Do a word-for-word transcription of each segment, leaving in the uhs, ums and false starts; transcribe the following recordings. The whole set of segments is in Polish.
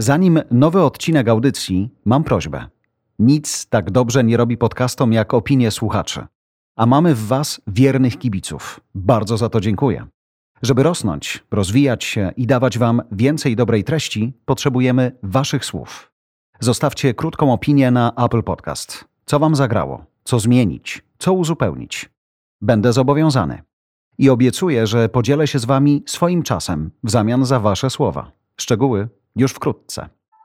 Zanim nowy odcinek audycji, mam prośbę. Nic tak dobrze nie robi podcastom jak opinie słuchaczy. A mamy w Was wiernych kibiców. Bardzo za to dziękuję. Żeby rosnąć, rozwijać się i dawać Wam więcej dobrej treści, potrzebujemy Waszych słów. Zostawcie krótką opinię na Apple Podcast. Co Wam zagrało? Co zmienić? Co uzupełnić? Będę zobowiązany. I obiecuję, że podzielę się z Wami swoim czasem w zamian za Wasze słowa. Szczegóły już wkrótce.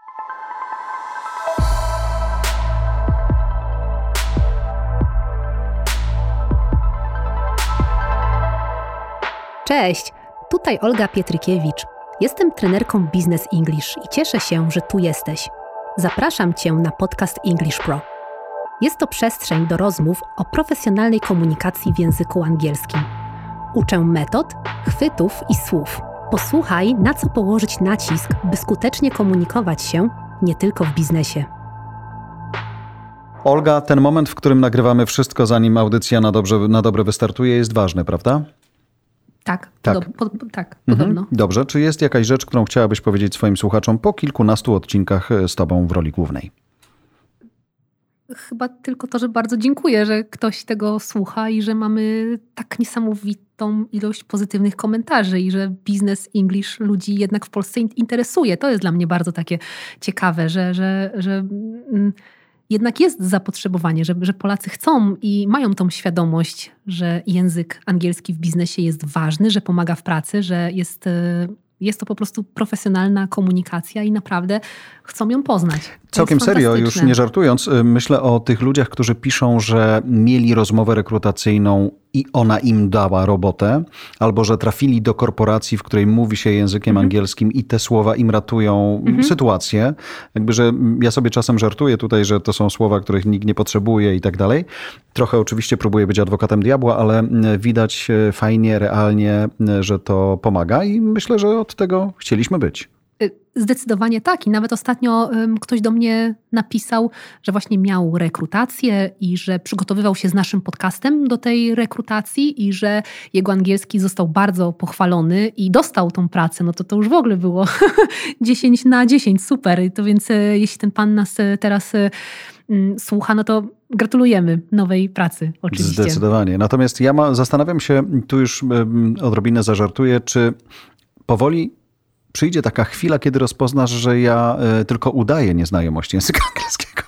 Cześć, tutaj Olga Pietrykiewicz. Jestem trenerką Business English i cieszę się, że tu jesteś. Zapraszam Cię na podcast English Pro. Jest to przestrzeń do rozmów o profesjonalnej komunikacji w języku angielskim. Uczę metod, chwytów i słów. Posłuchaj, na co położyć nacisk, by skutecznie komunikować się nie tylko w biznesie. Olga, ten moment, w którym nagrywamy wszystko, zanim audycja na, dobrze, na dobre wystartuje, jest ważny, prawda? Tak, tak, podob, po, tak mhm. podobno. Dobrze, czy jest jakaś rzecz, którą chciałabyś powiedzieć swoim słuchaczom po kilkunastu odcinkach z Tobą w roli głównej? Chyba tylko to, że bardzo dziękuję, że ktoś tego słucha i że mamy tak niesamowitą ilość pozytywnych komentarzy i że Business English ludzi jednak w Polsce interesuje. To jest dla mnie bardzo takie ciekawe, że, że, że jednak jest zapotrzebowanie, że, że Polacy chcą i mają tą świadomość, że język angielski w biznesie jest ważny, że pomaga w pracy, że jest... Jest to po prostu profesjonalna komunikacja i naprawdę chcą ją poznać. To Całkiem serio, już nie żartując, myślę o tych ludziach, którzy piszą, że mieli rozmowę rekrutacyjną i ona im dała robotę, albo że trafili do korporacji, w której mówi się językiem mhm. angielskim i te słowa im ratują mhm. sytuację. Jakby, że ja sobie czasem żartuję tutaj, że to są słowa, których nikt nie potrzebuje i tak dalej. Trochę oczywiście próbuję być adwokatem diabła, ale widać fajnie, realnie, że to pomaga i myślę, że od tego chcieliśmy być. Zdecydowanie tak. I nawet ostatnio um, ktoś do mnie napisał, że właśnie miał rekrutację i że przygotowywał się z naszym podcastem do tej rekrutacji i że jego angielski został bardzo pochwalony i dostał tą pracę. No to to już w ogóle było dziesięć na dziesięć. Super. I to więc e, jeśli ten pan nas e, teraz e, m, słucha, no to gratulujemy nowej pracy oczywiście. Zdecydowanie. Natomiast ja ma, zastanawiam się, tu już e, odrobinę zażartuję, czy powoli przyjdzie taka chwila, kiedy rozpoznasz, że ja y, tylko udaję nieznajomość języka angielskiego.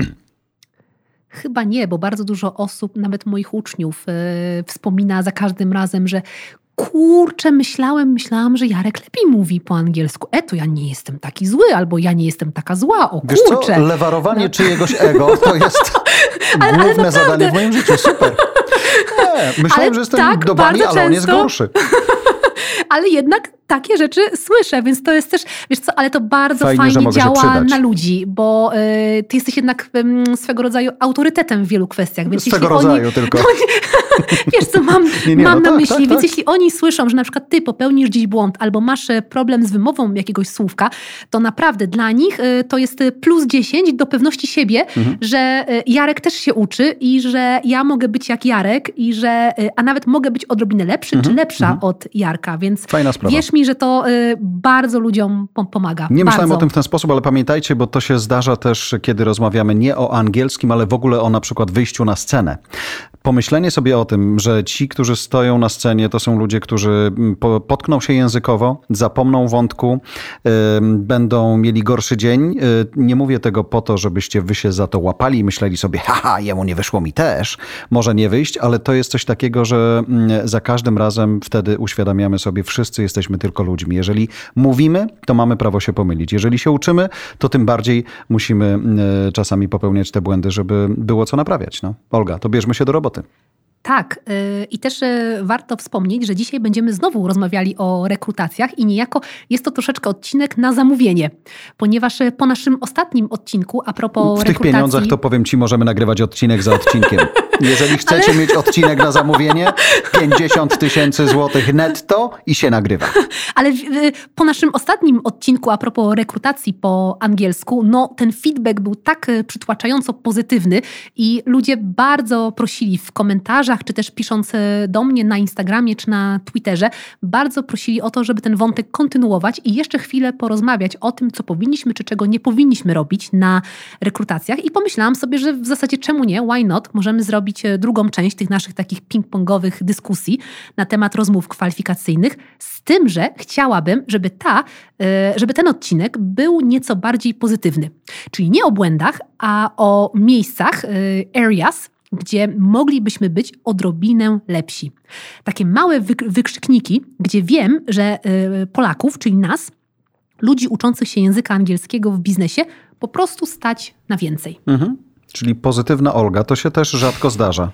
Chyba nie, bo bardzo dużo osób, nawet moich uczniów, y, wspomina za każdym razem, że kurczę, myślałem, myślałam, że Jarek lepiej mówi po angielsku. E, to ja nie jestem taki zły, albo ja nie jestem taka zła, o Wiesz kurczę. co, lewarowanie no. czyjegoś ego to jest ale, główne ale zadanie w moim życiu. Super. Nie, myślałem, ale że jestem tak, do bani, ale często... on jest gorszy. Ale jednak takie rzeczy słyszę, więc to jest też, wiesz co, ale to bardzo fajnie, fajnie działa na ludzi, bo y, ty jesteś jednak y, swego rodzaju autorytetem w wielu kwestiach. Więc swego rodzaju oni, tylko. No, wiesz co, mam, nie, nie, mam no na tak, myśli, tak, więc tak. jeśli oni słyszą, że na przykład ty popełnisz gdzieś błąd albo masz problem z wymową jakiegoś słówka, to naprawdę dla nich y, to jest plus dziesięć do pewności siebie, mhm. że y, Jarek też się uczy i że ja mogę być jak Jarek i że, y, a nawet mogę być odrobinę lepszy mhm. czy lepsza mhm. od Jarka, więc fajna sprawa. Wiesz mi, że to y, bardzo ludziom pomaga. Nie bardzo. myślałem o tym w ten sposób, ale pamiętajcie, bo to się zdarza też, kiedy rozmawiamy nie o angielskim, ale w ogóle o na przykład wyjściu na scenę. Pomyślenie sobie o tym, że ci, którzy stoją na scenie, to są ludzie, którzy potkną się językowo, zapomną wątku, y, będą mieli gorszy dzień. Y, nie mówię tego po to, żebyście wy się za to łapali i myśleli sobie, haha, jemu nie wyszło, mi też. Może nie wyjść, ale to jest coś takiego, że y, za każdym razem wtedy uświadamiamy sobie, wszyscy jesteśmy tylko ludźmi. Jeżeli mówimy, to mamy prawo się pomylić. Jeżeli się uczymy, to tym bardziej musimy y, czasami popełniać te błędy, żeby było co naprawiać. No. Olga, to bierzmy się do roboty. Tak. Yy, I też yy, warto wspomnieć, że dzisiaj będziemy znowu rozmawiali o rekrutacjach i niejako jest to troszeczkę odcinek na zamówienie, ponieważ po naszym ostatnim odcinku a propos w rekrutacji... tych pieniądzach to powiem ci, możemy nagrywać odcinek za odcinkiem. Jeżeli chcecie ale... mieć odcinek na zamówienie, pięćdziesiąt tysięcy złotych netto i się nagrywa. Ale po naszym ostatnim odcinku a propos rekrutacji po angielsku, no ten feedback był tak przytłaczająco pozytywny i ludzie bardzo prosili w komentarzach, czy też pisząc do mnie na Instagramie, czy na Twitterze, bardzo prosili o to, żeby ten wątek kontynuować i jeszcze chwilę porozmawiać o tym, co powinniśmy, czy czego nie powinniśmy robić na rekrutacjach. I pomyślałam sobie, że w zasadzie czemu nie, why not? Możemy zrobić drugą część tych naszych takich ping-pongowych dyskusji na temat rozmów kwalifikacyjnych, z tym, że chciałabym, żeby ta, żeby ten odcinek był nieco bardziej pozytywny. Czyli nie o błędach, a o miejscach, areas, gdzie moglibyśmy być odrobinę lepsi. Takie małe wykrzykniki, gdzie wiem, że Polaków, czyli nas, ludzi uczących się języka angielskiego w biznesie, po prostu stać na więcej. Mhm. Czyli pozytywna Olga, to się też rzadko zdarza.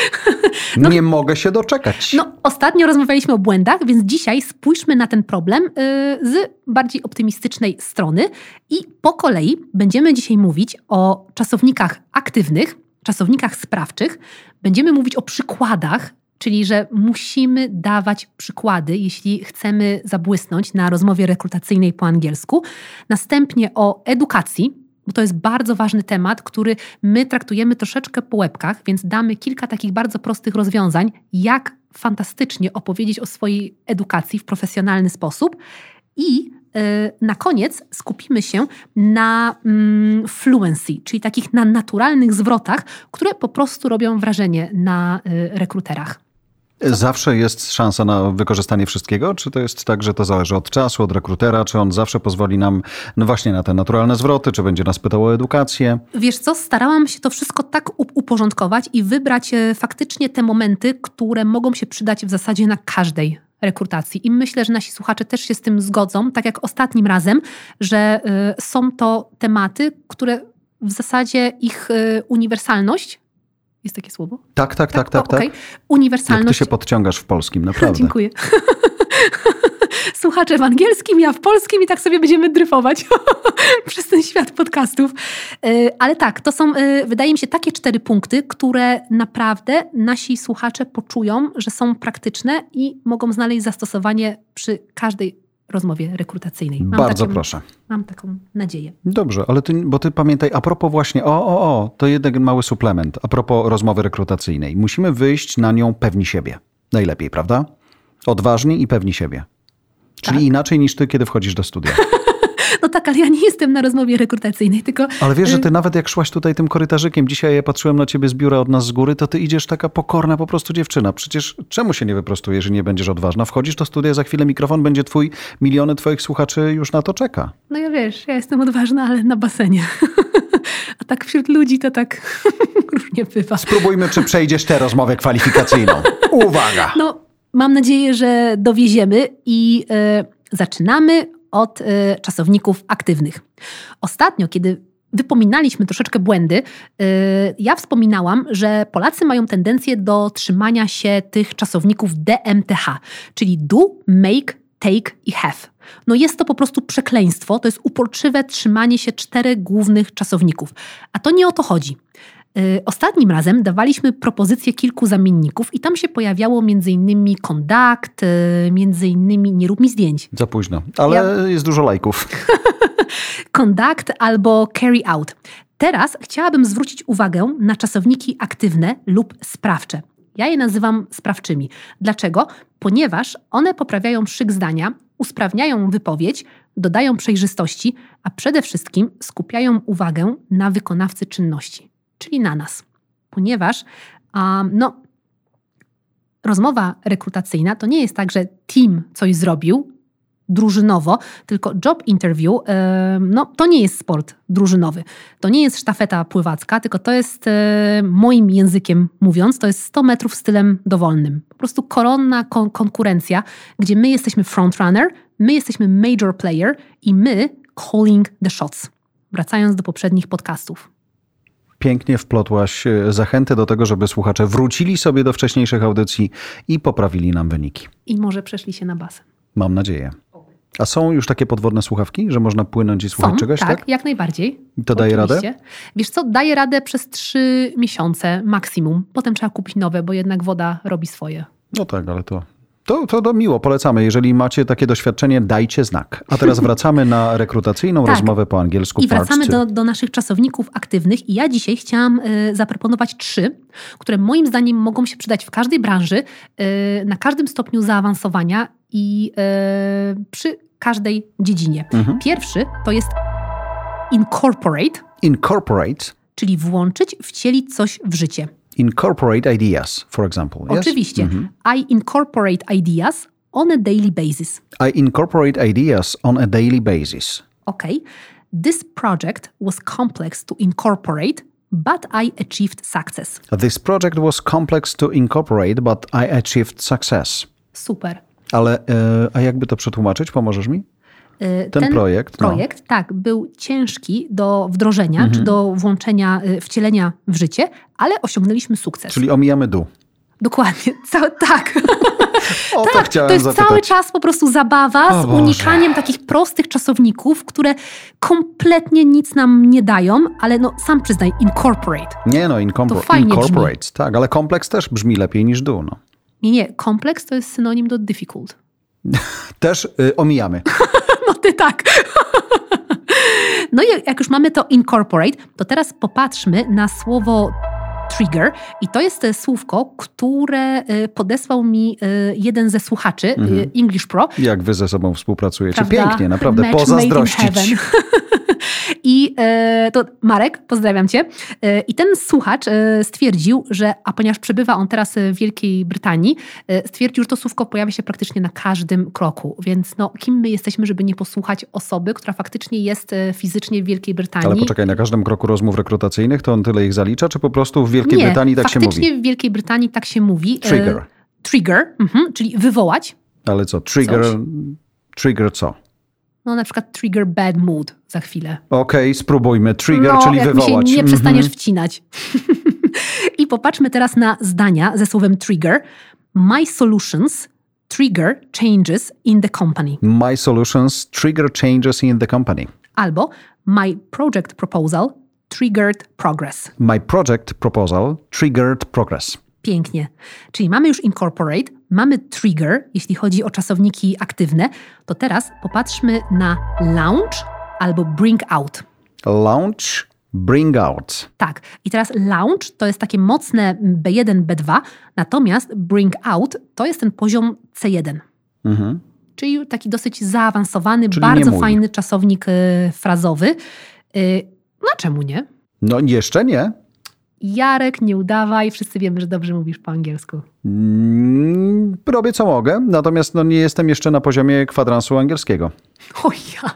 No, nie mogę się doczekać. No, ostatnio rozmawialiśmy o błędach, więc dzisiaj spójrzmy na ten problem yy, z bardziej optymistycznej strony i po kolei będziemy dzisiaj mówić o czasownikach aktywnych, czasownikach sprawczych. Będziemy mówić o przykładach, czyli że musimy dawać przykłady, jeśli chcemy zabłysnąć na rozmowie rekrutacyjnej po angielsku. Następnie o edukacji, bo to jest bardzo ważny temat, który my traktujemy troszeczkę po łebkach, więc damy kilka takich bardzo prostych rozwiązań, jak fantastycznie opowiedzieć o swojej edukacji w profesjonalny sposób. I yy, na koniec skupimy się na mm, fluency, czyli takich na naturalnych zwrotach, które po prostu robią wrażenie na yy, rekruterach. Zawsze jest szansa na wykorzystanie wszystkiego? Czy to jest tak, że to zależy od czasu, od rekrutera? Czy on zawsze pozwoli nam no właśnie na te naturalne zwroty? Czy będzie nas pytał o edukację? Wiesz co, starałam się to wszystko tak uporządkować i wybrać faktycznie te momenty, które mogą się przydać w zasadzie na każdej rekrutacji. I myślę, że nasi słuchacze też się z tym zgodzą, tak jak ostatnim razem, że y, są to tematy, które w zasadzie ich y, uniwersalność. Jest takie słowo? Tak, tak, tak, tak. O, okay. tak. Uniwersalność. Jak ty się podciągasz w polskim, naprawdę. Dziękuję. Słuchacze w angielskim, ja w polskim i tak sobie będziemy dryfować przez ten świat podcastów. Ale tak, to są, wydaje mi się, takie cztery punkty, które naprawdę nasi słuchacze poczują, że są praktyczne i mogą znaleźć zastosowanie przy każdej rozmowie rekrutacyjnej. Mam Bardzo taką, proszę. Mam taką nadzieję. Dobrze, ale ty, bo ty pamiętaj, a propos właśnie, o, o, o, to jeden mały suplement, a propos rozmowy rekrutacyjnej. Musimy wyjść na nią pewni siebie. Najlepiej, prawda? Odważni i pewni siebie. Czyli tak. Inaczej niż ty, kiedy wchodzisz do studia. No tak, ale ja nie jestem na rozmowie rekrutacyjnej, tylko... Ale wiesz, że ty nawet jak szłaś tutaj tym korytarzykiem, dzisiaj ja patrzyłem na ciebie z biura od nas z góry, to ty idziesz taka pokorna po prostu dziewczyna. Przecież czemu się nie wyprostujesz, jeżeli nie będziesz odważna? Wchodzisz do studia, za chwilę mikrofon będzie twój, miliony twoich słuchaczy już na to czeka. No ja wiesz, ja jestem odważna, ale na basenie. A tak wśród ludzi to tak różnie bywa. Spróbujmy, czy przejdziesz tę rozmowę kwalifikacyjną. Uwaga! No, mam nadzieję, że dowieziemy i yy, zaczynamy od y, czasowników aktywnych. Ostatnio, kiedy wypominaliśmy troszeczkę błędy, y, ja wspominałam, że Polacy mają tendencję do trzymania się tych czasowników D M T H, czyli do, make, take i have. No jest to po prostu przekleństwo, to jest uporczywe trzymanie się czterech głównych czasowników. A to nie o to chodzi. Ostatnim razem dawaliśmy propozycje kilku zamienników i tam się pojawiało między innymi conduct, między innymi nie rób mi zdjęć. Za późno, ale ja... jest dużo lajków. Conduct albo carry out. Teraz chciałabym zwrócić uwagę na czasowniki aktywne lub sprawcze. Ja je nazywam sprawczymi. Dlaczego? Ponieważ one poprawiają szyk zdania, usprawniają wypowiedź, dodają przejrzystości, a przede wszystkim skupiają uwagę na wykonawcy czynności. Czyli na nas. Ponieważ um, no, rozmowa rekrutacyjna to nie jest tak, że team coś zrobił drużynowo, tylko job interview um, no, to nie jest sport drużynowy. To nie jest sztafeta pływacka, tylko to jest um, moim językiem mówiąc, to jest sto metrów stylem dowolnym. Po prostu koronna kon- konkurencja, gdzie my jesteśmy frontrunner, my jesteśmy major player i my calling the shots. Wracając do poprzednich podcastów. Pięknie wplotłaś zachętę do tego, żeby słuchacze wrócili sobie do wcześniejszych audycji i poprawili nam wyniki. I może przeszli się na basen. Mam nadzieję. A są już takie podwodne słuchawki, że można płynąć i słuchać są, czegoś, tak? tak? Jak najbardziej. To daje Oczywiście. radę? Wiesz co, daje radę przez trzy miesiące maksimum. Potem trzeba kupić nowe, bo jednak woda robi swoje. No tak, ale to... To, to, to miło, polecamy. Jeżeli macie takie doświadczenie, dajcie znak. A teraz wracamy na rekrutacyjną Tak. rozmowę po angielsku. I part wracamy two. do, do naszych czasowników aktywnych. I ja dzisiaj chciałam y, zaproponować trzy, które moim zdaniem mogą się przydać w każdej branży, y, na każdym stopniu zaawansowania i y, przy każdej dziedzinie. Mhm. Pierwszy to jest incorporate, Incorporate. czyli włączyć, wcielić coś w życie. Incorporate ideas, for example. Yes? Oczywiście. Mhm. I incorporate ideas on a daily basis. I incorporate ideas on a daily basis. Okay. This project was complex to incorporate, but I achieved success. This project was complex to incorporate, but I achieved success. Super. Ale, e, a jakby to przetłumaczyć? Pomożesz mi? Y, Ten projekt, no. projekt tak, był ciężki do wdrożenia, Mhm. czy do włączenia, y, wcielenia w życie, ale osiągnęliśmy sukces. Czyli omijamy dół. Dokładnie. Ca- tak. O to tak, chciałem to jest zapytać. cały czas po prostu zabawa O z Boże. unikaniem takich prostych czasowników, które kompletnie nic nam nie dają, ale no sam przyznaj, incorporate. Nie no, incorpor- To fajnie incorporate. Tak, ale kompleks też brzmi lepiej niż dół. No. Nie, nie, kompleks to jest synonim do difficult. Też y, omijamy. No ty tak. No i jak już mamy to incorporate, to teraz popatrzmy na słowo trigger i to jest słówko, które y, podesłał mi y, jeden ze słuchaczy, y, English Pro. Jak wy ze sobą współpracujecie. Prawda? Pięknie, naprawdę. Match made in Pozazdrościć. heaven. I e, to Marek, pozdrawiam cię. E, I ten słuchacz e, stwierdził, że, a ponieważ przebywa on teraz w Wielkiej Brytanii, e, stwierdził, że to słówko pojawia się praktycznie na każdym kroku. Więc no, kim my jesteśmy, żeby nie posłuchać osoby, która faktycznie jest e, fizycznie w Wielkiej Brytanii. Ale poczekaj, na każdym kroku rozmów rekrutacyjnych to on tyle ich zalicza, czy po prostu w Wielkiej nie, Brytanii tak się faktycznie mówi? w Wielkiej Brytanii tak się mówi. E, Trigger. Trigger, mhm, czyli wywołać. Ale co? Trigger, Coś. trigger co? No na przykład trigger bad mood za chwilę. Okej, spróbujmy. Trigger, no, czyli jak wywołać. mi się nie Mhm. przestaniesz wcinać. I popatrzmy teraz na zdania ze słowem trigger. My solutions trigger changes in the company. My solutions trigger changes in the company. Albo my project proposal triggered progress. My project proposal triggered progress. Pięknie. Czyli mamy już incorporate, mamy trigger, jeśli chodzi o czasowniki aktywne. To teraz popatrzmy na launch albo bring out. Launch, bring out. Tak. I teraz launch to jest takie mocne B jeden, B dwa, natomiast bring out to jest ten poziom C jeden. Mhm. Czyli taki dosyć zaawansowany, Czyli bardzo nie mój. fajny czasownik y, frazowy. Y, no a czemu nie? No jeszcze nie. Jarek, nie udawaj, wszyscy wiemy, że dobrze mówisz po angielsku. Mm, robię co mogę, natomiast no, nie jestem jeszcze na poziomie kwadransu angielskiego. O ja.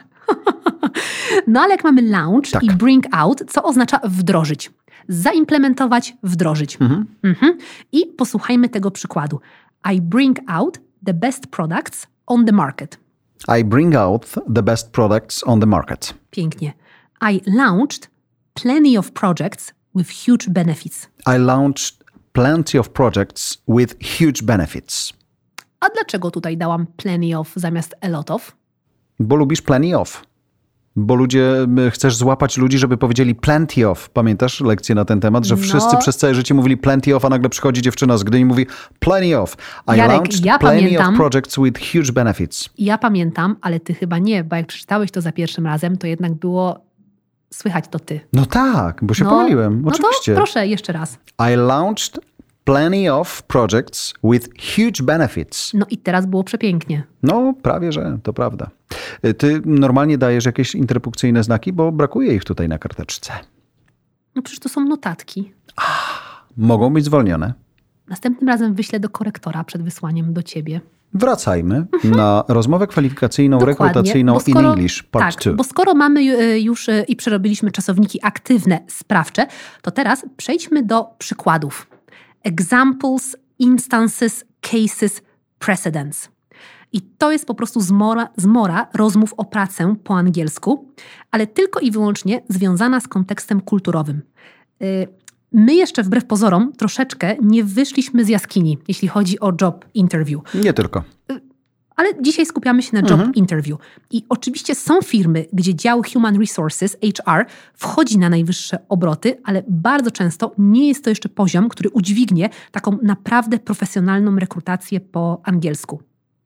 No ale jak mamy launch Tak. i bring out, co oznacza wdrożyć. Zaimplementować, wdrożyć. Mhm. Mhm. I posłuchajmy tego przykładu. I bring out the best products on the market. I bring out the best products on the market. Pięknie. I launched plenty of projects with huge benefits. I launched plenty of projects with huge benefits. A dlaczego tutaj dałam plenty of zamiast a lot of? Bo lubisz plenty of. Bo ludzie, chcesz złapać ludzi, żeby powiedzieli plenty of. Pamiętasz lekcję na ten temat, że No. wszyscy przez całe życie mówili plenty of, a nagle przychodzi dziewczyna z Gdyni i mówi plenty of. I Jarek, launched ja plenty pamiętam. of projects with huge benefits. Ja pamiętam, ale ty chyba nie, bo jak przeczytałeś to za pierwszym razem, to jednak było słychać to ty. No tak, bo się No, pomyliłem. no Oczywiście. to proszę, jeszcze raz. I launched plenty of projects with huge benefits. No i teraz było przepięknie. No, prawie że, to prawda. Ty normalnie dajesz jakieś interpunkcyjne znaki, bo brakuje ich tutaj na karteczce. No przecież to są notatki. Mogą być zwolnione. Następnym razem wyślę do korektora przed wysłaniem do ciebie. Wracajmy na rozmowę kwalifikacyjną, Mhm. Dokładnie, rekrutacyjną bo in skoro- English, part Tak, two. bo skoro mamy y, już y, i przerobiliśmy czasowniki aktywne, sprawcze, to teraz przejdźmy do przykładów. Examples, instances, cases, precedents. I to jest po prostu zmora, zmora rozmów o pracę po angielsku, ale tylko i wyłącznie związana z kontekstem kulturowym. Y, My jeszcze wbrew pozorom troszeczkę nie wyszliśmy z jaskini, jeśli chodzi o job interview. Nie tylko. Ale dzisiaj skupiamy się na job mhm. interview. I oczywiście są firmy, gdzie dział Human Resources, H R, wchodzi na najwyższe obroty, ale bardzo często nie jest to jeszcze poziom, który udźwignie taką naprawdę profesjonalną rekrutację po angielsku.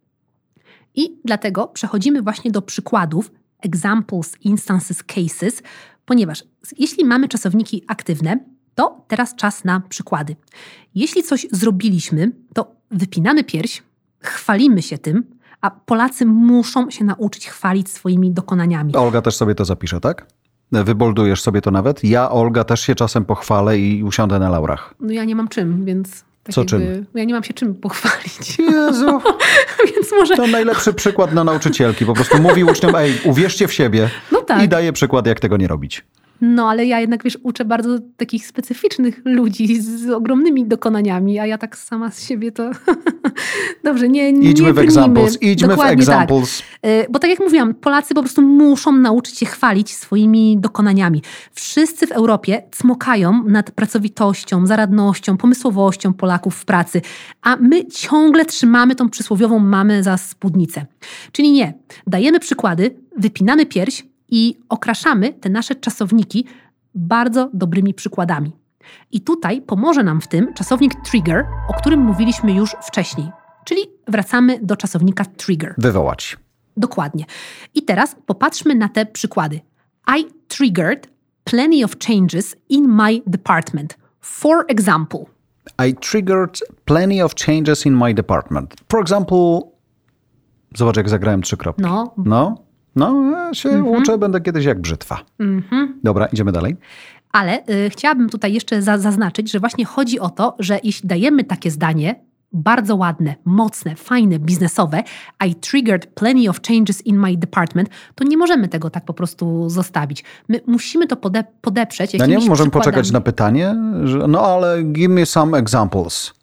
I dlatego przechodzimy właśnie do przykładów, examples, instances, cases, ponieważ jeśli mamy czasowniki aktywne, to teraz czas na przykłady. Jeśli coś zrobiliśmy, to wypinamy pierś, chwalimy się tym, a Polacy muszą się nauczyć chwalić swoimi dokonaniami. Olga też sobie to zapisze, tak? Wyboldujesz sobie to nawet? Ja, Olga, też się czasem pochwalę i usiądę na laurach. No ja nie mam czym, więc... Tak Co jakby, czym? Ja nie mam się czym pochwalić. Jezu. Więc może... To najlepszy przykład na nauczycielki. Po prostu mówi uczniom, ej, uwierzcie w siebie. No tak. I daje przykład, jak tego nie robić. No, ale ja jednak, wiesz, uczę bardzo takich specyficznych ludzi z ogromnymi dokonaniami, a ja tak sama z siebie to... Dobrze, nie nie Idźmy w brnijmy. examples, idźmy Dokładnie w examples. Tak. Bo tak jak mówiłam, Polacy po prostu muszą nauczyć się chwalić swoimi dokonaniami. Wszyscy w Europie cmokają nad pracowitością, zaradnością, pomysłowością Polaków w pracy, a my ciągle trzymamy tą przysłowiową mamę za spódnicę. Czyli nie, dajemy przykłady, wypinamy pierś, i okraszamy te nasze czasowniki bardzo dobrymi przykładami. I tutaj pomoże nam w tym czasownik trigger, o którym mówiliśmy już wcześniej. Czyli wracamy do czasownika trigger. Wywołać. Dokładnie. I teraz popatrzmy na te przykłady. I triggered plenty of changes in my department. For example. I triggered plenty of changes in my department. For example, zobacz jak zagrałem trzy kropki. No. No. No, ja się mm-hmm. uczę, będę kiedyś jak brzytwa. Mm-hmm. Dobra, idziemy dalej. Ale y, chciałabym tutaj jeszcze za, zaznaczyć, że właśnie chodzi o to, że jeśli dajemy takie zdanie, bardzo ładne, mocne, fajne, biznesowe, I triggered plenty of changes in my department, to nie możemy tego tak po prostu zostawić. My musimy to pode, podeprzeć jakimiś No nie, możemy przykładami. poczekać na pytanie, że, no ale give me some examples.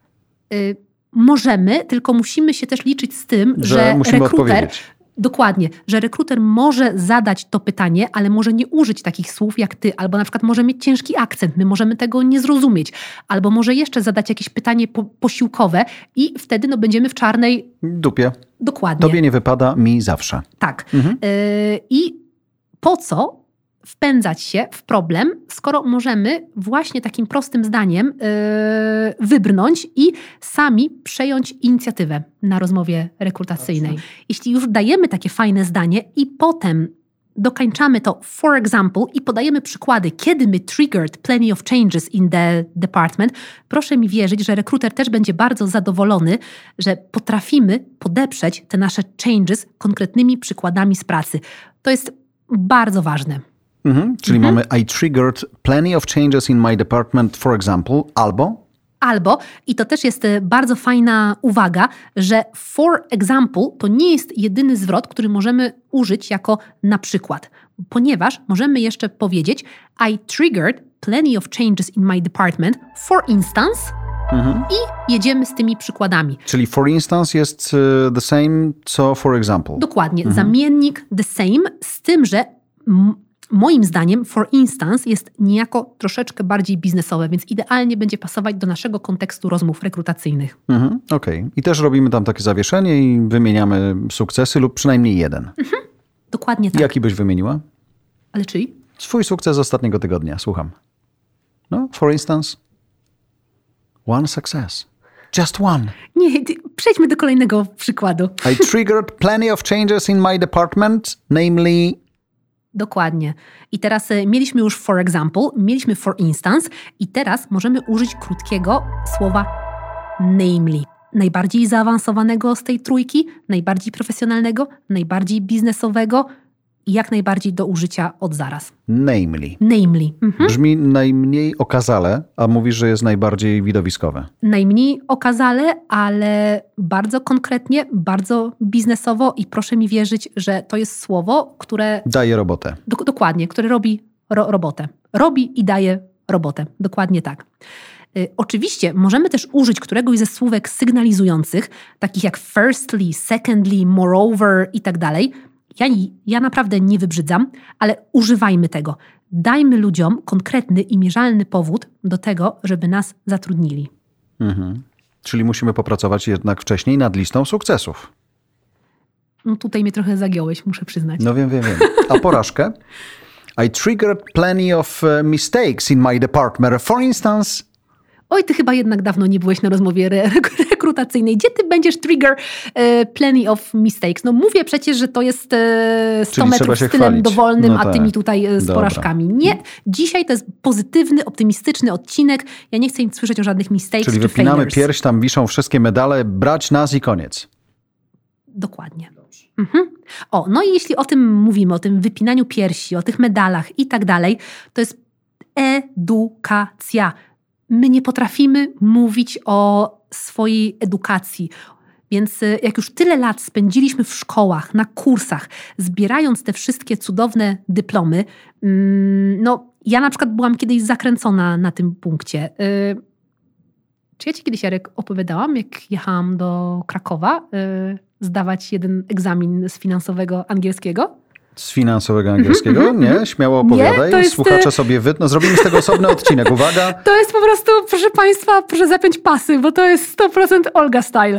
Y, możemy, tylko musimy się też liczyć z tym, że, że musimy rekruter... odpowiedzieć. Dokładnie, że rekruter może zadać to pytanie, ale może nie użyć takich słów jak ty, albo na przykład może mieć ciężki akcent, my możemy tego nie zrozumieć, albo może jeszcze zadać jakieś pytanie po, posiłkowe i wtedy no, będziemy w czarnej... Dupie. Dokładnie. Tobie nie wypada, mi zawsze. Tak. Mhm. Yy, I po co wpędzać się w problem, skoro możemy właśnie takim prostym zdaniem yy, wybrnąć i sami przejąć inicjatywę na rozmowie rekrutacyjnej. Dobrze. Jeśli już dajemy takie fajne zdanie i potem dokańczamy to for example i podajemy przykłady, kiedy my triggered plenty of changes in the department, proszę mi wierzyć, że rekruter też będzie bardzo zadowolony, że potrafimy podeprzeć te nasze changes konkretnymi przykładami z pracy. To jest bardzo ważne. Mhm, czyli mhm. mamy I triggered plenty of changes in my department, for example, albo... Albo, i to też jest bardzo fajna uwaga, że for example to nie jest jedyny zwrot, który możemy użyć jako na przykład, ponieważ możemy jeszcze powiedzieć I triggered plenty of changes in my department, for instance, mhm. i jedziemy z tymi przykładami. Czyli for instance jest uh, the same co for example. Dokładnie, mhm. zamiennik the same, z tym, że m- moim zdaniem for instance jest niejako troszeczkę bardziej biznesowe, więc idealnie będzie pasować do naszego kontekstu rozmów rekrutacyjnych. Mhm, okej. Okay. I też robimy tam takie zawieszenie i wymieniamy sukcesy lub przynajmniej jeden. Mhm. Dokładnie tak. Jaki byś wymieniła? Ale czyj? Swój sukces z ostatniego tygodnia, słucham. No, for instance, one success. Just one. Nie, przejdźmy do kolejnego przykładu. I triggered plenty of changes in my department, namely... Dokładnie. I teraz y, mieliśmy już for example, mieliśmy for instance i teraz możemy użyć krótkiego słowa namely. Najbardziej zaawansowanego z tej trójki, najbardziej profesjonalnego, najbardziej biznesowego i jak najbardziej do użycia od zaraz. Namely. Namely. Mhm. Brzmi najmniej okazale, a mówisz, że jest najbardziej widowiskowe. Najmniej okazale, ale bardzo konkretnie, bardzo biznesowo i proszę mi wierzyć, że to jest słowo, które... Daje robotę. Do, dokładnie, które robi ro, robotę. Robi i daje robotę. Dokładnie tak. Y, oczywiście możemy też użyć któregoś ze słówek sygnalizujących, takich jak firstly, secondly, moreover i tak dalej. Ja, ja naprawdę nie wybrzydzam, ale używajmy tego. Dajmy ludziom konkretny i mierzalny powód do tego, żeby nas zatrudnili. Mhm. Czyli musimy popracować jednak wcześniej nad listą sukcesów. No tutaj mnie trochę zagiąłeś, muszę przyznać. No wiem, wiem, wiem. A porażkę? I triggered plenty of uh, mistakes in my department. For instance... Oj, ty chyba jednak dawno nie byłeś na rozmowie re- rekrutacyjnej. Gdzie ty będziesz trigger e, plenty of mistakes? No mówię przecież, że to jest e, sto Czyli metrów stylem chwalić. dowolnym, No a ty tak. mi tutaj e, z Dobra. porażkami. Nie, dzisiaj to jest pozytywny, optymistyczny odcinek. Ja nie chcę im słyszeć o żadnych mistakes Czyli czy wypinamy failures. pierś, tam wiszą wszystkie medale, brać nas i koniec. Dokładnie. Mhm. O, no i jeśli o tym mówimy, o tym wypinaniu piersi, o tych medalach i tak dalej, to jest edukacja. My nie potrafimy mówić o swojej edukacji. Więc jak już tyle lat spędziliśmy w szkołach, na kursach, zbierając te wszystkie cudowne dyplomy, no ja na przykład byłam kiedyś zakręcona na tym punkcie. Czy ja ci kiedyś, Jarek, opowiadałam, jak jechałam do Krakowa zdawać jeden egzamin z finansowego angielskiego? Z finansowego angielskiego? Nie? Śmiało opowiadaj. Nie, jest... Słuchacze sobie wytną. Zrobimy z tego osobny odcinek. Uwaga. To jest po prostu, proszę Państwa, proszę zapiąć pasy, bo to jest sto procent Olga style.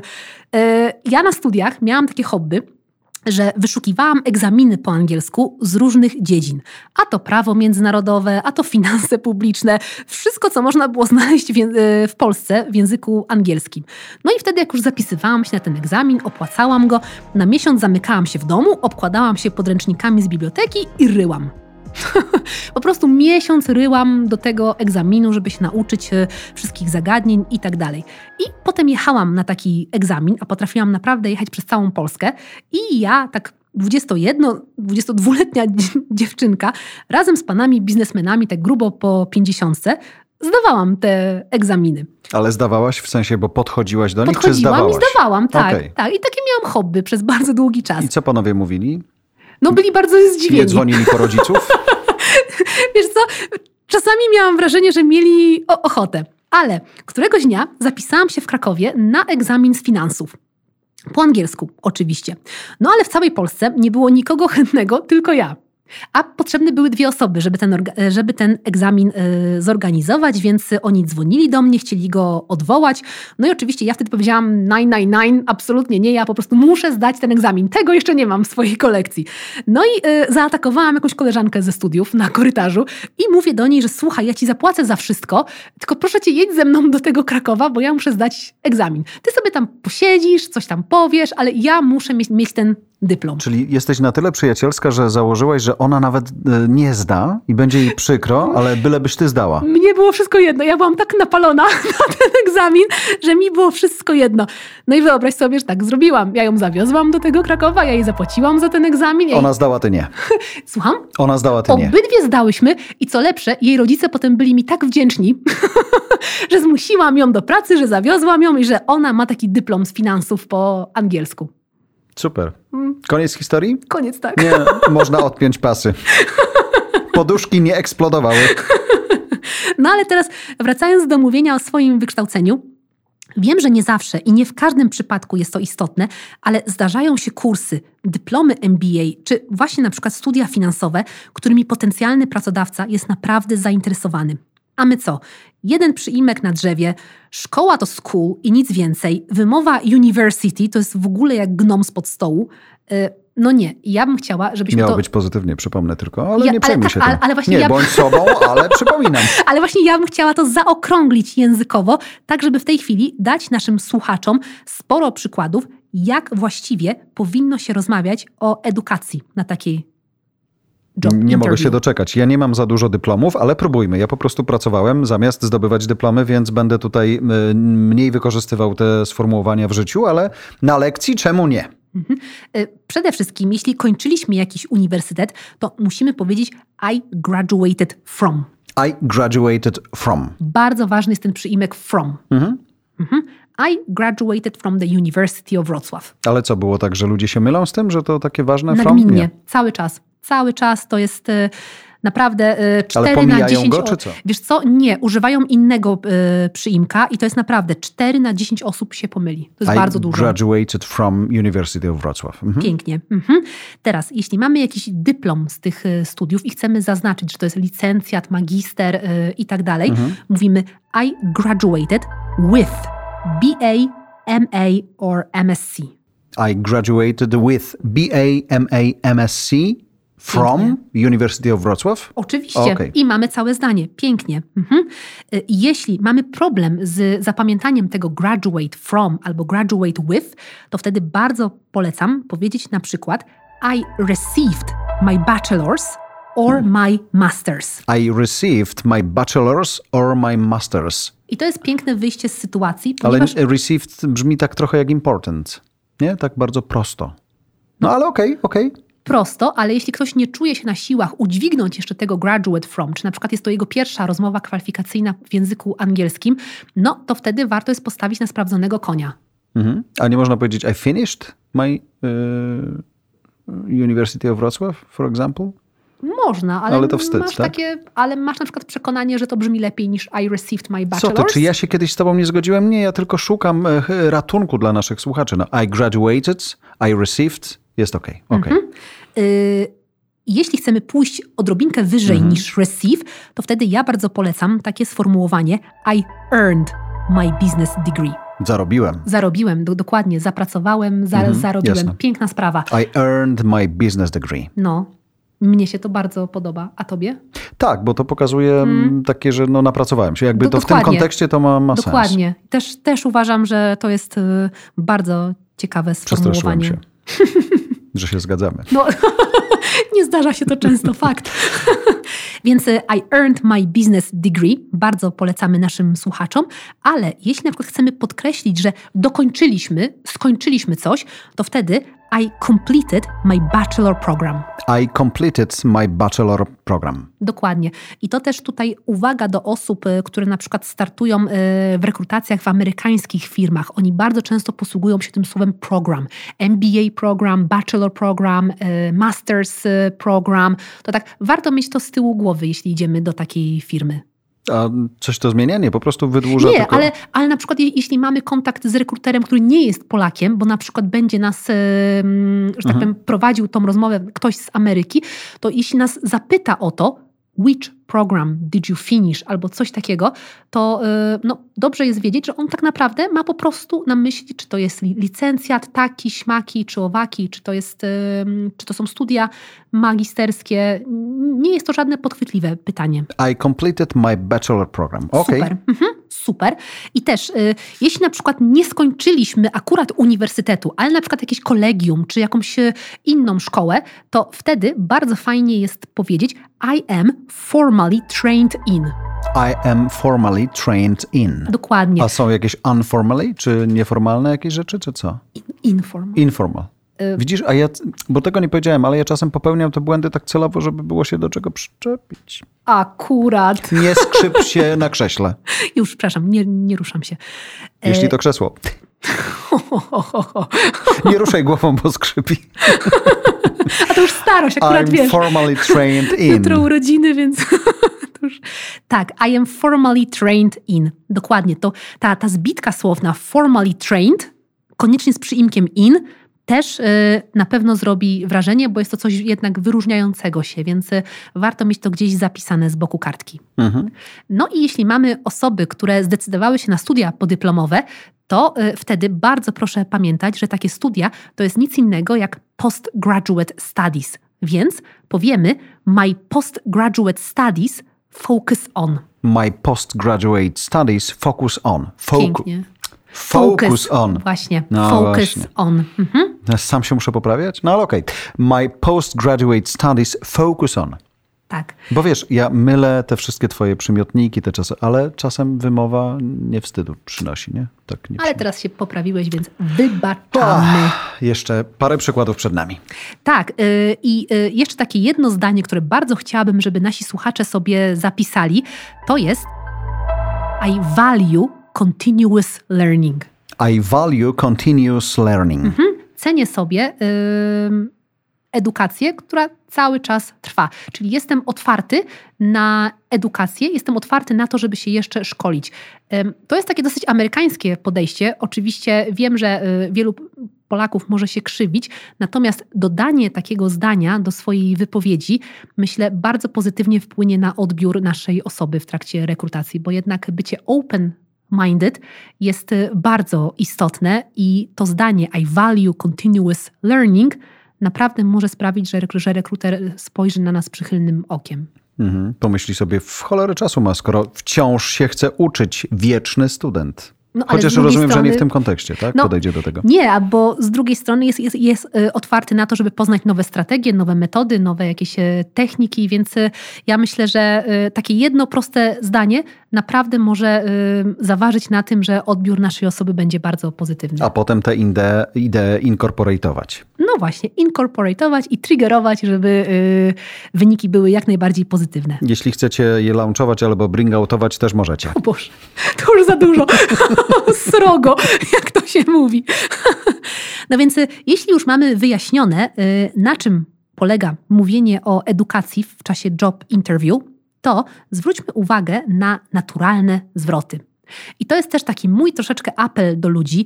Ja na studiach miałam takie hobby, że wyszukiwałam egzaminy po angielsku z różnych dziedzin. A to prawo międzynarodowe, a to finanse publiczne. Wszystko, co można było znaleźć w Polsce w języku angielskim. No i wtedy, jak już zapisywałam się na ten egzamin, opłacałam go, na miesiąc zamykałam się w domu, obkładałam się podręcznikami z biblioteki i ryłam. Po prostu miesiąc ryłam do tego egzaminu, żeby się nauczyć wszystkich zagadnień i tak dalej. I potem jechałam na taki egzamin, a potrafiłam naprawdę jechać przez całą Polskę i ja tak dwudziestojedno dwudziestodwuletnia dziewczynka razem z panami biznesmenami, tak grubo po pięćdziesiątce, zdawałam te egzaminy. Ale zdawałaś w sensie, bo podchodziłaś do nich, czy Podchodziłam zdawałaś? i zdawałam, tak, Okay. tak. I takie miałam hobby przez bardzo długi czas. I co panowie mówili? No byli bardzo zdziwieni. Nie dzwonili po rodziców? Wiesz co, czasami miałam wrażenie, że mieli o- ochotę. Ale któregoś dnia zapisałam się w Krakowie na egzamin z finansów. Po angielsku, oczywiście. No ale w całej Polsce nie było nikogo chętnego, tylko ja. A potrzebne były dwie osoby, żeby ten, orga- żeby ten egzamin y, zorganizować, więc oni dzwonili do mnie, chcieli go odwołać. No i oczywiście ja wtedy powiedziałam dziewięć dziewięć dziewięć, absolutnie nie, ja po prostu muszę zdać ten egzamin. Tego jeszcze nie mam w swojej kolekcji. No i y, zaatakowałam jakąś koleżankę ze studiów na korytarzu i mówię do niej, że słuchaj, ja ci zapłacę za wszystko, tylko proszę cię, jedź ze mną do tego Krakowa, bo ja muszę zdać egzamin. Ty sobie tam posiedzisz, coś tam powiesz, ale ja muszę mieć, mieć ten dyplom. Czyli jesteś na tyle przyjacielska, że założyłaś, że ona nawet nie zda i będzie jej przykro, ale bylebyś ty zdała. Mnie było wszystko jedno. Ja byłam tak napalona na ten egzamin, że mi było wszystko jedno. No i wyobraź sobie, że tak zrobiłam. Ja ją zawiozłam do tego Krakowa, ja jej zapłaciłam za ten egzamin. Ona jej... zdała, ty nie. Słucham? Ona zdała, ty nie. Obydwie zdałyśmy i co lepsze, jej rodzice potem byli mi tak wdzięczni, że zmusiłam ją do pracy, że zawiozłam ją i że ona ma taki dyplom z finansów po angielsku. Super. Koniec historii? Koniec, tak. Nie, można odpiąć pasy. Poduszki nie eksplodowały. No ale teraz wracając do mówienia o swoim wykształceniu, wiem, że nie zawsze i nie w każdym przypadku jest to istotne, ale zdarzają się kursy, dyplomy M B A, czy właśnie na przykład studia finansowe, którymi potencjalny pracodawca jest naprawdę zainteresowany. A my co? Jeden przyimek na drzewie, szkoła to school i nic więcej, wymowa university to jest w ogóle jak gnom spod stołu. No nie, ja bym chciała, żebyśmy Miało to... być pozytywnie, przypomnę tylko, ale Ja- nie ale przejmuj tak, się ale- tym. ale właśnie nie, ja- bądź sobą, ale przypominam. Ale właśnie ja bym chciała to zaokrąglić językowo, tak żeby w tej chwili dać naszym słuchaczom sporo przykładów, jak właściwie powinno się rozmawiać o edukacji na takiej job Nie interview. mogę się doczekać. Ja nie mam za dużo dyplomów, ale próbujmy. Ja po prostu pracowałem zamiast zdobywać dyplomy, więc będę tutaj y, mniej wykorzystywał te sformułowania w życiu, ale na lekcji czemu nie? Mhm. Y, Przede wszystkim, jeśli kończyliśmy jakiś uniwersytet, to musimy powiedzieć I graduated from. I graduated from. Bardzo ważny jest ten przyimek from. Mhm. Mhm. I graduated from the University of Wrocław. Ale co, było tak, że ludzie się mylą z tym, że to takie ważne from? Nagminnie, Nie. cały czas. Cały czas to jest y, naprawdę y, cztery pomijają na dziesięć go, o- czy co? Wiesz co? Nie, używają innego y, przyimka i to jest naprawdę cztery na dziesięć osób się pomyli. To jest I bardzo dużo. graduated from University of Wrocław. Mhm. Pięknie. Mhm. Teraz, jeśli mamy jakiś dyplom z tych y, studiów i chcemy zaznaczyć, że to jest licencjat, magister y, i tak dalej, Mhm. mówimy I graduated with B A, M A or M S C. I graduated with B A M A M S C from Pięknie. University of Wrocław? Oczywiście. Okay. I mamy całe zdanie. Pięknie. Mhm. Jeśli mamy problem z zapamiętaniem tego graduate from albo graduate with, to wtedy bardzo polecam powiedzieć na przykład I received my bachelor's or my master's. I received my bachelor's or my master's. I to jest piękne wyjście z sytuacji, ponieważ... Ale received brzmi tak trochę jak important. Nie? Tak bardzo prosto. No, no ale okej, okay, okej. Okay. Prosto, ale jeśli ktoś nie czuje się na siłach udźwignąć jeszcze tego graduate from, czy na przykład jest to jego pierwsza rozmowa kwalifikacyjna w języku angielskim, no to wtedy warto jest postawić na sprawdzonego konia. Mhm. A nie można powiedzieć I finished my uh, University of Wrocław, for example? Można, ale, ale to wstyd, masz tak? takie, ale masz na przykład przekonanie, że to brzmi lepiej niż I received my bachelor's. Co to? Czy ja się kiedyś z tobą nie zgodziłem? Nie, ja tylko szukam ratunku dla naszych słuchaczy. No, I graduated, I received, jest okej. Okay. Okay. Mhm. Y- Jeśli chcemy pójść odrobinkę wyżej mhm. niż receive, to wtedy ja bardzo polecam takie sformułowanie I earned my business degree. Zarobiłem. Zarobiłem, do, dokładnie. Zapracowałem, za, mhm, zarobiłem. Jasne. Piękna sprawa. I earned my business degree. No, mnie się to bardzo podoba. A tobie? Tak, bo to pokazuje hmm. takie, że no napracowałem się. Jakby do, to dokładnie. w tym kontekście to ma, ma sens. Dokładnie. Też, też uważam, że to jest y, bardzo ciekawe sformułowanie. Przestraszyłem się, że się zgadzamy. No, nie zdarza się to często, fakt. Więc I earned my business degree. Bardzo polecamy naszym słuchaczom. Ale jeśli na przykład chcemy podkreślić, że dokończyliśmy, skończyliśmy coś, to wtedy I completed my bachelor program. I completed my bachelor program. Dokładnie. I to też tutaj uwaga do osób, które na przykład startują w rekrutacjach w amerykańskich firmach. Oni bardzo często posługują się tym słowem program. M B A program, bachelor program, masters program. To tak warto mieć to z tyłu głowy, jeśli idziemy do takiej firmy. A coś to zmienia? Nie, po prostu wydłuża Nie, tylko... ale, ale na przykład jeśli mamy kontakt z rekruterem, który nie jest Polakiem, bo na przykład będzie nas, że tak powiem, prowadził tą rozmowę ktoś z Ameryki, to jeśli nas zapyta o to, which program did you finish, albo coś takiego, to no, dobrze jest wiedzieć, że on tak naprawdę ma po prostu na myśli, czy to jest licencjat, taki, śmaki, czy owaki, czy to jest, czy to są studia magisterskie. Nie jest to żadne podchwytliwe pytanie. I completed my bachelor program. Okay. Super, mhm, super. I też, y, jeśli na przykład nie skończyliśmy akurat uniwersytetu, ale na przykład jakieś kolegium, czy jakąś inną szkołę, to wtedy bardzo fajnie jest powiedzieć I am formally trained in. I am formally trained in. Dokładnie. A są jakieś unformally, czy nieformalne jakieś rzeczy, czy co? In, informal. Informal. Y- Widzisz, a ja, bo tego nie powiedziałem, ale ja czasem popełniam te błędy tak celowo, żeby było się do czego przyczepić. Akurat. Nie skrzyp się na krześle. Już, przepraszam, nie, nie ruszam się. Jeśli to krzesło. Nie ruszaj głową, bo skrzypi. A to już starość, akurat I'm wiesz. formally trained in. Jutro urodziny, więc... Już... Tak, I am formally trained in. Dokładnie. To ta, ta zbitka słowna formally trained, koniecznie z przyimkiem in, też y, na pewno zrobi wrażenie, bo jest to coś jednak wyróżniającego się, więc y, warto mieć to gdzieś zapisane z boku kartki. Mhm. No i jeśli mamy osoby, które zdecydowały się na studia podyplomowe, to y, wtedy bardzo proszę pamiętać, że takie studia to jest nic innego jak postgraduate studies. Więc powiemy my postgraduate studies focus on. My postgraduate studies focus on. Foc- Pięknie. Focus, focus on. Właśnie, no focus właśnie. on. Mhm. Sam się muszę poprawiać? No ale okej. Okay. My postgraduate studies focus on. Tak. Bo wiesz, ja mylę te wszystkie twoje przymiotniki, te czasy, ale czasem wymowa nie wstydu przynosi, nie? Tak nie ale teraz się poprawiłeś, więc wybaczamy. Ach, jeszcze parę przykładów przed nami. Tak. Yy, I yy, jeszcze takie jedno zdanie, które bardzo chciałabym, żeby nasi słuchacze sobie zapisali, to jest I value continuous learning. I value continuous learning. Mhm. Cenię sobie yy, edukację, która cały czas trwa. Czyli jestem otwarty na edukację, jestem otwarty na to, żeby się jeszcze szkolić. Yy, to jest takie dosyć amerykańskie podejście. Oczywiście wiem, że yy, wielu Polaków może się krzywić, natomiast dodanie takiego zdania do swojej wypowiedzi, myślę, bardzo pozytywnie wpłynie na odbiór naszej osoby w trakcie rekrutacji, bo jednak bycie open minded jest bardzo istotne i to zdanie I value continuous learning naprawdę może sprawić, że, że rekruter spojrzy na nas przychylnym okiem. Mhm. Pomyśli sobie, w cholerę czasu ma, skoro wciąż się chce uczyć, wieczny student. No, Chociaż rozumiem, strony, że nie w tym kontekście, tak? No, podejdzie do tego. Nie, bo z drugiej strony jest, jest, jest otwarty na to, żeby poznać nowe strategie, nowe metody, nowe jakieś techniki, więc ja myślę, że takie jedno proste zdanie naprawdę może zaważyć na tym, że odbiór naszej osoby będzie bardzo pozytywny. A potem te idee, idee incorporate'ować. No właśnie, incorporate'ować i triggerować, żeby wyniki były jak najbardziej pozytywne. Jeśli chcecie je launchować albo bringoutować, też możecie. O Boże, to już za dużo. Srogo, jak to się mówi. No więc jeśli już mamy wyjaśnione, na czym polega mówienie o edukacji w czasie job interview, to zwróćmy uwagę na naturalne zwroty. I to jest też taki mój troszeczkę apel do ludzi.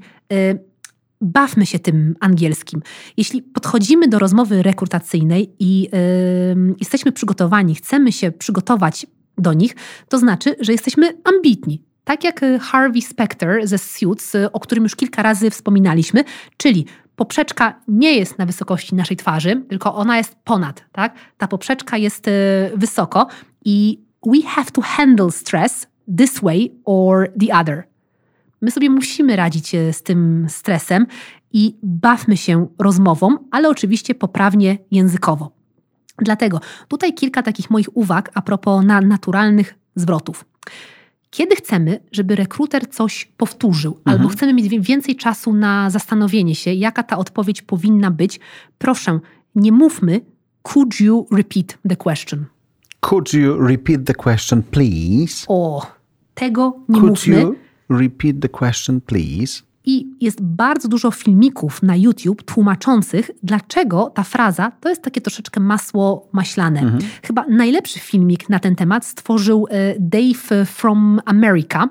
Bawmy się tym angielskim. Jeśli podchodzimy do rozmowy rekrutacyjnej i yy, jesteśmy przygotowani, chcemy się przygotować do nich, to znaczy, że jesteśmy ambitni. Tak jak Harvey Specter ze Suits, o którym już kilka razy wspominaliśmy, czyli poprzeczka nie jest na wysokości naszej twarzy, tylko ona jest ponad. Tak? Ta poprzeczka jest wysoko i we have to handle stress this way or the other. My sobie musimy radzić z tym stresem i bawmy się rozmową, ale oczywiście poprawnie językowo. Dlatego tutaj kilka takich moich uwag a propos na naturalnych zwrotów. Kiedy chcemy, żeby rekruter coś powtórzył, mhm. albo chcemy mieć więcej czasu na zastanowienie się, jaka ta odpowiedź powinna być, proszę, nie mówmy could you repeat the question? Could you repeat the question, please? O, tego nie could mówmy. You repeat the question, please? I jest bardzo dużo filmików na YouTube tłumaczących, dlaczego ta fraza to jest takie troszeczkę masło maślane. Mhm. Chyba najlepszy filmik na ten temat stworzył Dave from America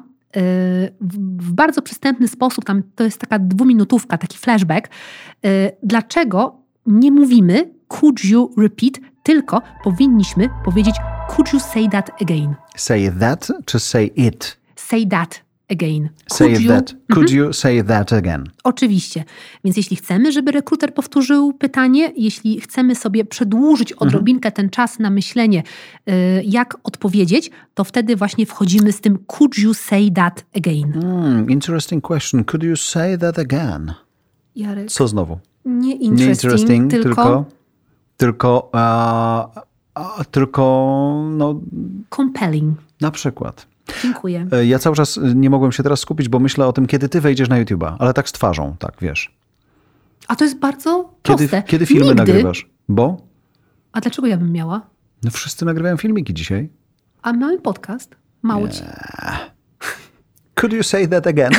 w bardzo przystępny sposób. Tam to jest taka dwuminutówka, taki flashback. Dlaczego nie mówimy could you repeat, tylko powinniśmy powiedzieć could you say that again? Say that czy say it? Say that again. Say could that. You, could you say that again? Oczywiście. Więc jeśli chcemy, żeby rekruter powtórzył pytanie, jeśli chcemy sobie przedłużyć odrobinkę mhm. ten czas na myślenie, jak odpowiedzieć, to wtedy właśnie wchodzimy z tym could you say that again? Mm, interesting question. Could you say that again? Jarek. Co znowu? Nie interesting, Nie interesting tylko... tylko, tylko, uh, uh, tylko no... compelling. Na przykład. Dziękuję. Ja cały czas nie mogłem się teraz skupić, bo myślę o tym, kiedy ty wejdziesz na YouTube'a, ale tak z twarzą, tak, wiesz. A to jest bardzo kiedy, proste. Kiedy filmy Nigdy. nagrywasz? Bo? A dlaczego ja bym miała? No wszyscy nagrywają filmiki dzisiaj. A mamy podcast. Mało ci. Yeah. Could you say that again?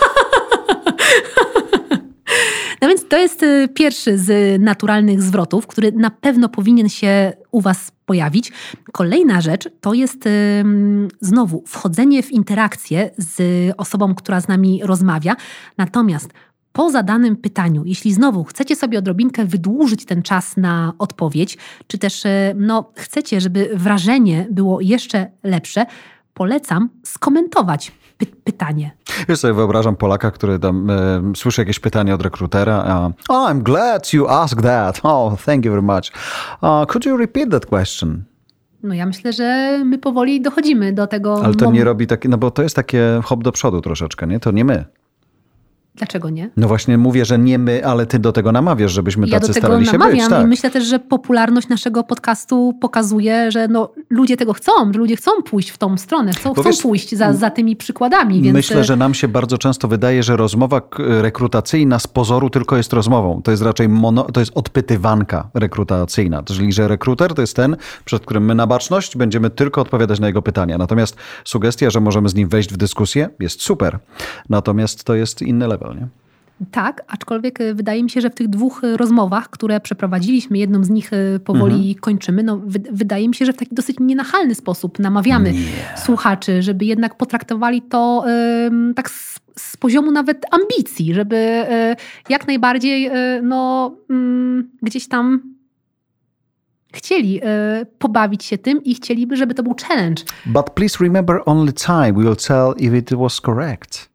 No więc to jest pierwszy z naturalnych zwrotów, który na pewno powinien się u was pojawić. Kolejna rzecz to jest ym, znowu wchodzenie w interakcję z osobą, która z nami rozmawia. Natomiast po zadanym pytaniu, jeśli znowu chcecie sobie odrobinkę wydłużyć ten czas na odpowiedź, czy też no, chcecie, żeby wrażenie było jeszcze lepsze, polecam skomentować py- pytanie. Już sobie wyobrażam Polaka, który tam e, słyszy jakieś pytanie od rekrutera. A, oh, I'm glad you asked that. Oh, thank you very much. Uh, could you repeat that question? No ja myślę, że my powoli dochodzimy do tego. Ale to mom- nie robi takie, no bo to jest takie hop do przodu troszeczkę, nie? To nie my. Dlaczego nie? No właśnie mówię, że nie my, ale ty do tego namawiasz, żebyśmy ja tacy do tego starali się namawiam być. Tak. I myślę też, że popularność naszego podcastu pokazuje, że no, ludzie tego chcą, że ludzie chcą pójść w tą stronę, chcą, chcą wiesz, pójść za, za tymi przykładami. Więc... Myślę, że nam się bardzo często wydaje, że rozmowa rekrutacyjna z pozoru tylko jest rozmową. To jest raczej mono, to jest odpytywanka rekrutacyjna. Czyli, że rekruter to jest ten, przed którym my na baczność będziemy tylko odpowiadać na jego pytania. Natomiast sugestia, że możemy z nim wejść w dyskusję, jest super. Natomiast to jest inny level, nie? Tak, aczkolwiek wydaje mi się, że w tych dwóch rozmowach, które przeprowadziliśmy, jedną z nich powoli mhm. kończymy, no wy- wydaje mi się, że w taki dosyć nienachalny sposób namawiamy Nie. słuchaczy, żeby jednak potraktowali to y, tak z, z poziomu nawet ambicji, żeby y, jak najbardziej y, no, y, gdzieś tam chcieli y, pobawić się tym i chcieliby, żeby to był challenge. But please remember only time will tell if it was correct.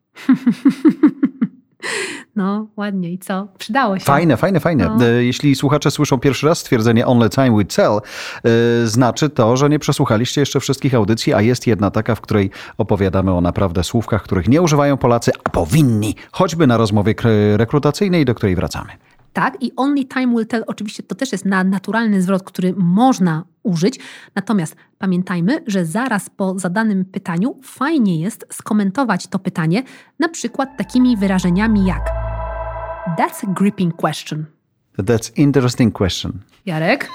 No, ładnie. I co? Przydało się. Fajne, fajne, fajne. No. Jeśli słuchacze słyszą pierwszy raz stwierdzenie only time will tell, yy, znaczy to, że nie przesłuchaliście jeszcze wszystkich audycji, a jest jedna taka, w której opowiadamy o naprawdę słówkach, których nie używają Polacy, a powinni, choćby na rozmowie rekrutacyjnej, do której wracamy. Tak, i only time will tell oczywiście to też jest na naturalny zwrot, który można użyć. Natomiast pamiętajmy, że zaraz po zadanym pytaniu fajnie jest skomentować to pytanie na przykład takimi wyrażeniami jak That's a gripping question. That's interesting question. Jarek?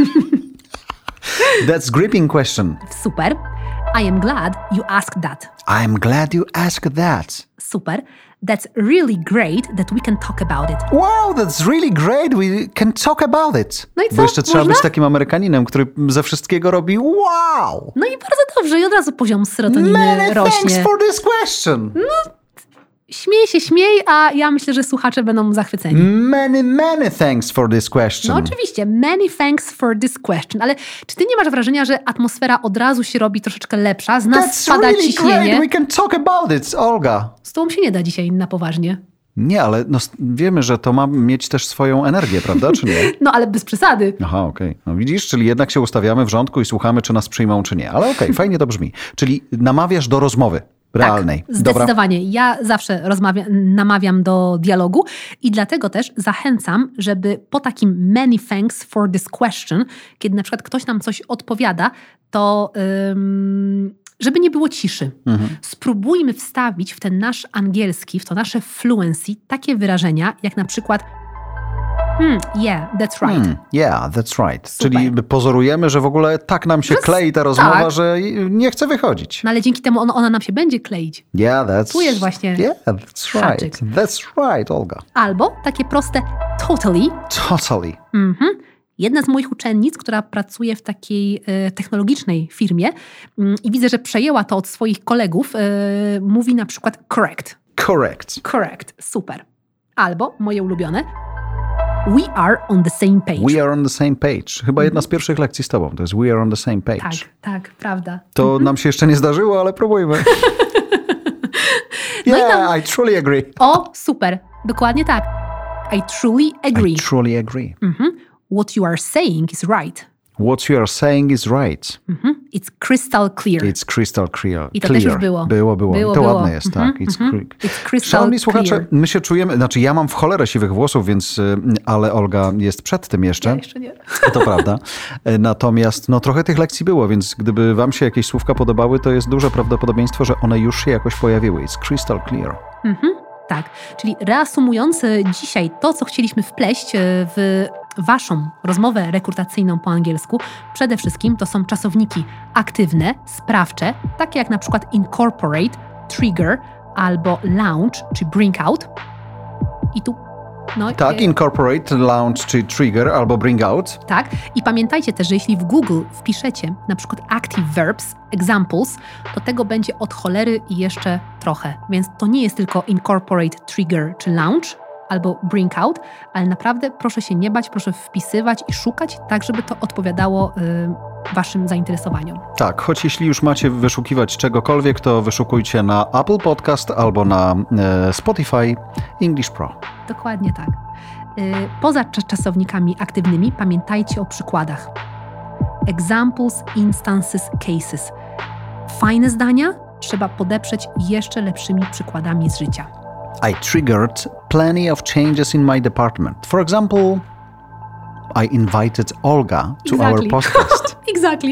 That's gripping question. Super. I am glad you asked that. I'm glad you asked that. Super. That's really great that we can talk about it. Wow, that's really great. We can talk about it. No i co? Bo jeszcze trzeba Można? być takim Amerykaninem, który ze wszystkiego robi wow. No i bardzo dobrze. I od razu poziom serotoniny Many rośnie. thanks for this question. Śmiej się, śmiej, a ja myślę, że słuchacze będą zachwyceni. Many, many thanks for this question. No oczywiście, many thanks for this question. Ale czy ty nie masz wrażenia, że atmosfera od razu się robi troszeczkę lepsza? Z nas That's spada really ciśnienie. great. We can talk about it, Olga. Z tobą się nie da dzisiaj na poważnie. Nie, ale no, wiemy, że to ma mieć też swoją energię, prawda, czy nie? No ale bez przesady. Aha, okej. Okay. No widzisz, czyli jednak się ustawiamy w rządku i słuchamy, czy nas przyjmą, czy nie. Ale okej, okay, fajnie to brzmi. Czyli namawiasz do rozmowy. Realnej. Tak, zdecydowanie. Dobra. Ja zawsze rozmawiam, namawiam do dialogu i dlatego też zachęcam, żeby po takim many thanks for this question, kiedy na przykład ktoś nam coś odpowiada, to ym, żeby nie było ciszy. Mhm. Spróbujmy wstawić w ten nasz angielski, w to nasze fluency takie wyrażenia, jak na przykład Hmm, yeah, that's right. Hmm, yeah, that's right. Super. Czyli pozorujemy, że w ogóle tak nam się no, klei ta rozmowa, tak. że nie chce wychodzić. No ale dzięki temu ona, ona nam się będzie kleić. Yeah, that's... Tu jest właśnie Yeah, that's haczyk. right. That's right, Olga. Albo takie proste totally. Totally. Mhm. Jedna z moich uczennic, która pracuje w takiej e, technologicznej firmie y, i widzę, że przejęła to od swoich kolegów, y, mówi na przykład correct. Correct. Correct. Super. Albo moje ulubione we are on the same page. We are on the same page. Chyba jedna z pierwszych lekcji z tobą. To jest we are on the same page. Tak, tak, prawda. To mhm. nam się jeszcze nie zdarzyło, ale próbujmy. Yeah, no nam... I truly agree. O, super. Dokładnie tak. I truly agree. I truly agree. Mhm. What you are saying is right. What you are saying is right. Mm-hmm. It's crystal clear. It's crystal clear. I to clear. też już było. Było, było. było I to było. ładne jest, mm-hmm, tak. It's, mm-hmm. It's crystal Szanowni słuchacze, clear. my się czujemy, znaczy ja mam w cholerę siwych włosów, więc, ale Olga jest przed tym jeszcze. Ja jeszcze nie. To prawda. Natomiast no, trochę tych lekcji było, więc gdyby wam się jakieś słówka podobały, to jest duże prawdopodobieństwo, że one już się jakoś pojawiły. It's crystal clear. Mhm. Tak, czyli reasumując dzisiaj to, co chcieliśmy wpleść w waszą rozmowę rekrutacyjną po angielsku, przede wszystkim to są czasowniki aktywne, sprawcze, takie jak na przykład incorporate, trigger albo launch czy bring out. I tu No, tak, incorporate, launch czy trigger albo bring out. Tak. I pamiętajcie też, że jeśli w Google wpiszecie na przykład active verbs, examples, to tego będzie od cholery i jeszcze trochę. Więc to nie jest tylko incorporate, trigger czy launch albo bring out, ale naprawdę proszę się nie bać, proszę wpisywać i szukać tak, żeby to odpowiadało y, waszym zainteresowaniom. Tak, choć jeśli już macie wyszukiwać czegokolwiek, to wyszukujcie na Apple Podcast albo na e, Spotify English Pro. Dokładnie tak. Y, poza czasownikami aktywnymi pamiętajcie o przykładach. Examples, instances, cases. Fajne zdania trzeba podeprzeć jeszcze lepszymi przykładami z życia. I triggered plenty of changes in my department. For example, I invited Olga to exactly. our podcast. Exactly.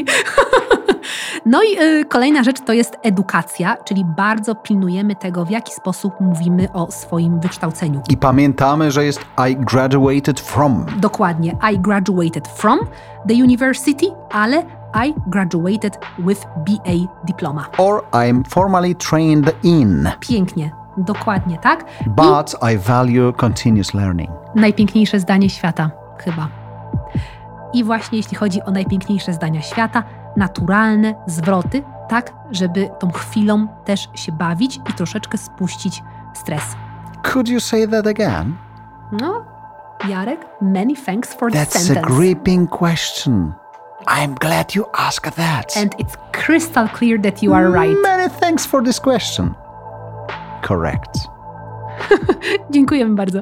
No i y, kolejna rzecz to jest edukacja, czyli bardzo pilnujemy tego, w jaki sposób mówimy o swoim wykształceniu. I pamiętamy, że jest I graduated from. Dokładnie. I graduated from the university, ale I graduated with B A diploma. Or I'm formally trained in. Pięknie. Dokładnie, tak? But I, I value continuous learning. Najpiękniejsze zdanie świata, chyba. I właśnie jeśli chodzi o najpiękniejsze zdania świata, naturalne zwroty, tak, żeby tą chwilą też się bawić i troszeczkę spuścić stres. Could you say that again? No, Jarek, many thanks for the That's sentence. a gripping question. I'm glad you asked that. And it's crystal clear that you are right. Many thanks for this question. Correct. Dziękujemy bardzo.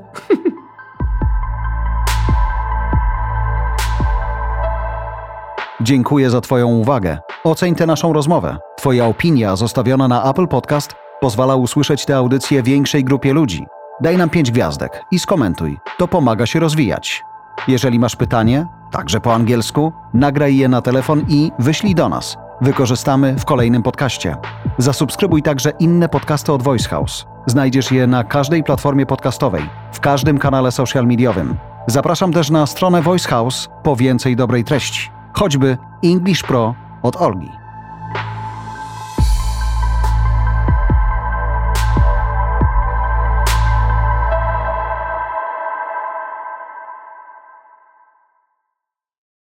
Dziękuję za Twoją uwagę. Oceń tę naszą rozmowę. Twoja opinia zostawiona na Apple Podcast pozwala usłyszeć tę audycję większej grupie ludzi. Daj nam pięć gwiazdek i skomentuj. To pomaga się rozwijać. Jeżeli masz pytanie, także po angielsku, nagraj je na telefon i wyślij do nas. Wykorzystamy w kolejnym podcaście. Zasubskrybuj także inne podcasty od Voice House. Znajdziesz je na każdej platformie podcastowej, w każdym kanale social mediowym. Zapraszam też na stronę Voice House po więcej dobrej treści. Choćby English Pro od Olgi.